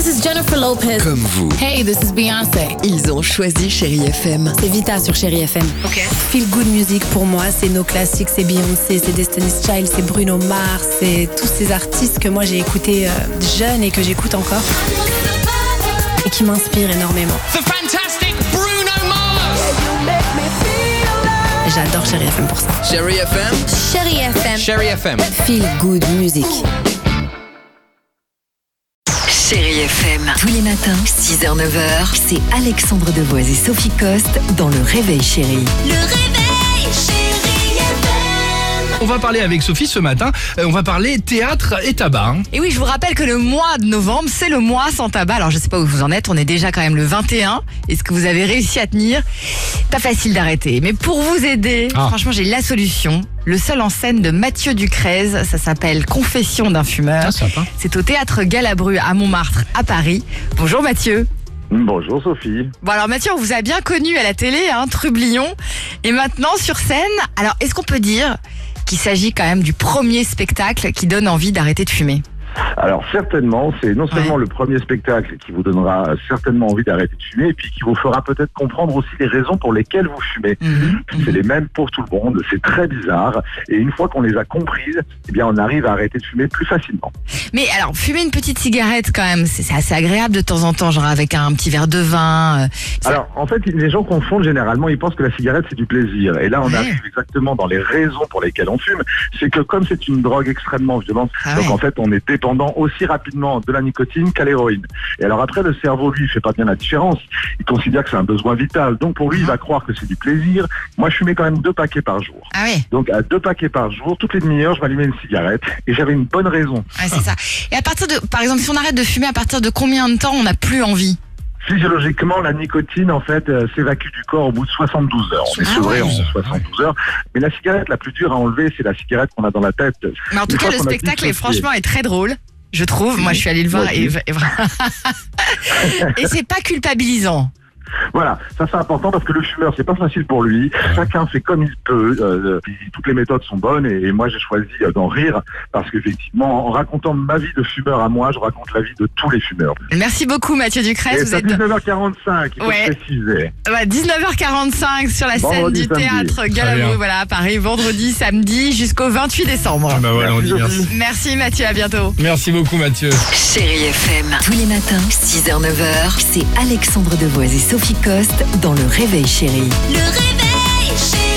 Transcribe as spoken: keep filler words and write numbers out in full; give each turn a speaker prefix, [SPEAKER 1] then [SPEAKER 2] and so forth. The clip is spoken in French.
[SPEAKER 1] this is Jennifer Lopez.
[SPEAKER 2] Comme vous.
[SPEAKER 1] Hey, this is Beyoncé.
[SPEAKER 3] Ils ont choisi Chérie F M.
[SPEAKER 4] C'est Vita sur Chérie F M.
[SPEAKER 1] Ok.
[SPEAKER 4] Feel Good Music pour moi, c'est nos classiques, c'est Beyoncé, c'est Destiny's Child, c'est Bruno Mars, c'est tous ces artistes que moi j'ai écoutés euh, jeune et que j'écoute encore et qui m'inspirent énormément.
[SPEAKER 5] The fantastic Bruno Mars.
[SPEAKER 4] J'adore Chérie F M pour ça.
[SPEAKER 2] Chérie F M.
[SPEAKER 3] Chérie F M.
[SPEAKER 2] Chérie F M.
[SPEAKER 3] Feel Good Music. Chérie F M. Tous les matins, six heures neuf heures, c'est Alexandre Devoise et Sophie Coste dans Le Réveil Chérie. Le Réveil Chérie F M.
[SPEAKER 6] On va parler avec Sophie ce matin, euh, on va parler théâtre et tabac. hein.
[SPEAKER 7] Et oui, je vous rappelle que le mois de novembre, c'est le mois sans tabac. Alors, je sais pas où vous en êtes, on est déjà quand même le vingt et un. Est-ce que vous avez réussi à tenir ? Pas facile d'arrêter. Mais pour vous aider,
[SPEAKER 6] Ah.
[SPEAKER 7] franchement, j'ai la solution. Le seul en scène de Mathieu Ducrez, ça s'appelle Confession d'un fumeur.
[SPEAKER 6] Ah, sympa.
[SPEAKER 7] C'est au théâtre Galabru à Montmartre, à Paris. Bonjour Mathieu.
[SPEAKER 8] Bonjour Sophie.
[SPEAKER 7] Bon alors Mathieu, on vous a bien connu à la télé, hein, Trublion. Et maintenant sur scène, alors est-ce qu'on peut dire qu'il s'agit quand même du premier spectacle qui donne envie d'arrêter de fumer ?
[SPEAKER 8] Alors certainement, c'est non seulement
[SPEAKER 7] Ouais.
[SPEAKER 8] le premier spectacle qui vous donnera certainement envie d'arrêter de fumer, et puis qui vous fera peut-être comprendre aussi les raisons pour lesquelles vous fumez.
[SPEAKER 7] Mhm.
[SPEAKER 8] C'est les mêmes pour tout le monde, c'est très bizarre, et une fois qu'on les a comprises, eh bien on arrive à arrêter de fumer plus facilement.
[SPEAKER 7] Mais alors, fumer une petite cigarette quand même, c'est c'est assez agréable de temps en temps, genre avec un petit verre de vin. euh, ça-
[SPEAKER 8] Alors en fait, les gens confondent généralement, ils pensent que la cigarette c'est du plaisir, et là on
[SPEAKER 7] Ouais.
[SPEAKER 8] arrive exactement dans les raisons pour lesquelles on fume, c'est que comme c'est une drogue extrêmement violente,
[SPEAKER 7] Ah
[SPEAKER 8] donc
[SPEAKER 7] ouais.
[SPEAKER 8] en fait on est dépendant aussi rapidement de la nicotine qu'à l'héroïne. Et alors après, le cerveau, lui, il fait pas bien la différence. Il considère que c'est un besoin vital. Donc pour lui, il va croire que c'est du plaisir. Moi, je fumais quand même deux paquets par jour.
[SPEAKER 7] Ah ouais,
[SPEAKER 8] Donc à deux paquets par jour, toutes les demi-heures, je m'allumais une cigarette. Et j'avais une bonne raison.
[SPEAKER 7] ouais, c'est ça. Et à partir de, par exemple, si on arrête de fumer, à partir de combien de temps on n'a plus envie ?
[SPEAKER 8] Physiologiquement, la nicotine, en fait, euh, s'évacue du corps au bout de soixante-douze heures. On est
[SPEAKER 7] Ah
[SPEAKER 8] sevré
[SPEAKER 7] ouais.
[SPEAKER 8] en soixante-douze heures. Mais la cigarette la plus dure à enlever, c'est la cigarette qu'on a dans la tête.
[SPEAKER 7] Mais en tout
[SPEAKER 8] Une
[SPEAKER 7] cas,
[SPEAKER 8] fois
[SPEAKER 7] le
[SPEAKER 8] qu'on a
[SPEAKER 7] spectacle est
[SPEAKER 8] dissocié.
[SPEAKER 7] franchement est très drôle. Je trouve, moi je suis allée le voir
[SPEAKER 8] Moi
[SPEAKER 7] et,
[SPEAKER 8] aussi.
[SPEAKER 7] et, et c'est pas culpabilisant.
[SPEAKER 8] Voilà, ça c'est important parce que le fumeur, c'est pas facile pour lui. Chacun fait comme il peut. Euh, puis toutes les méthodes sont bonnes et, et moi j'ai choisi euh, d'en rire parce qu'effectivement, en racontant ma vie de fumeur à moi, je raconte la vie de tous les fumeurs.
[SPEAKER 7] Merci beaucoup Mathieu Ducrez.
[SPEAKER 8] Et
[SPEAKER 7] Vous
[SPEAKER 8] c'est à
[SPEAKER 7] êtes
[SPEAKER 8] dix-neuf heures quarante-cinq, il faut
[SPEAKER 7] Ouais.
[SPEAKER 8] le préciser.
[SPEAKER 7] ouais, dix-neuf heures quarante-cinq sur la scène
[SPEAKER 8] Vendredi,
[SPEAKER 7] du
[SPEAKER 8] samedi.
[SPEAKER 7] théâtre Galabru,
[SPEAKER 6] bien.
[SPEAKER 7] voilà à Paris, vendredi, samedi jusqu'au vingt-huit décembre.
[SPEAKER 6] Ah bah voilà, on dit
[SPEAKER 8] Merci,
[SPEAKER 6] merci.
[SPEAKER 7] Merci Mathieu, à bientôt.
[SPEAKER 6] Merci beaucoup Mathieu.
[SPEAKER 3] Chérie F M. Tous les matins, six heures neuf heures, c'est Alexandre Devoise et Sophie Coste dans Le Réveil Chérie. Le Réveil Chérie.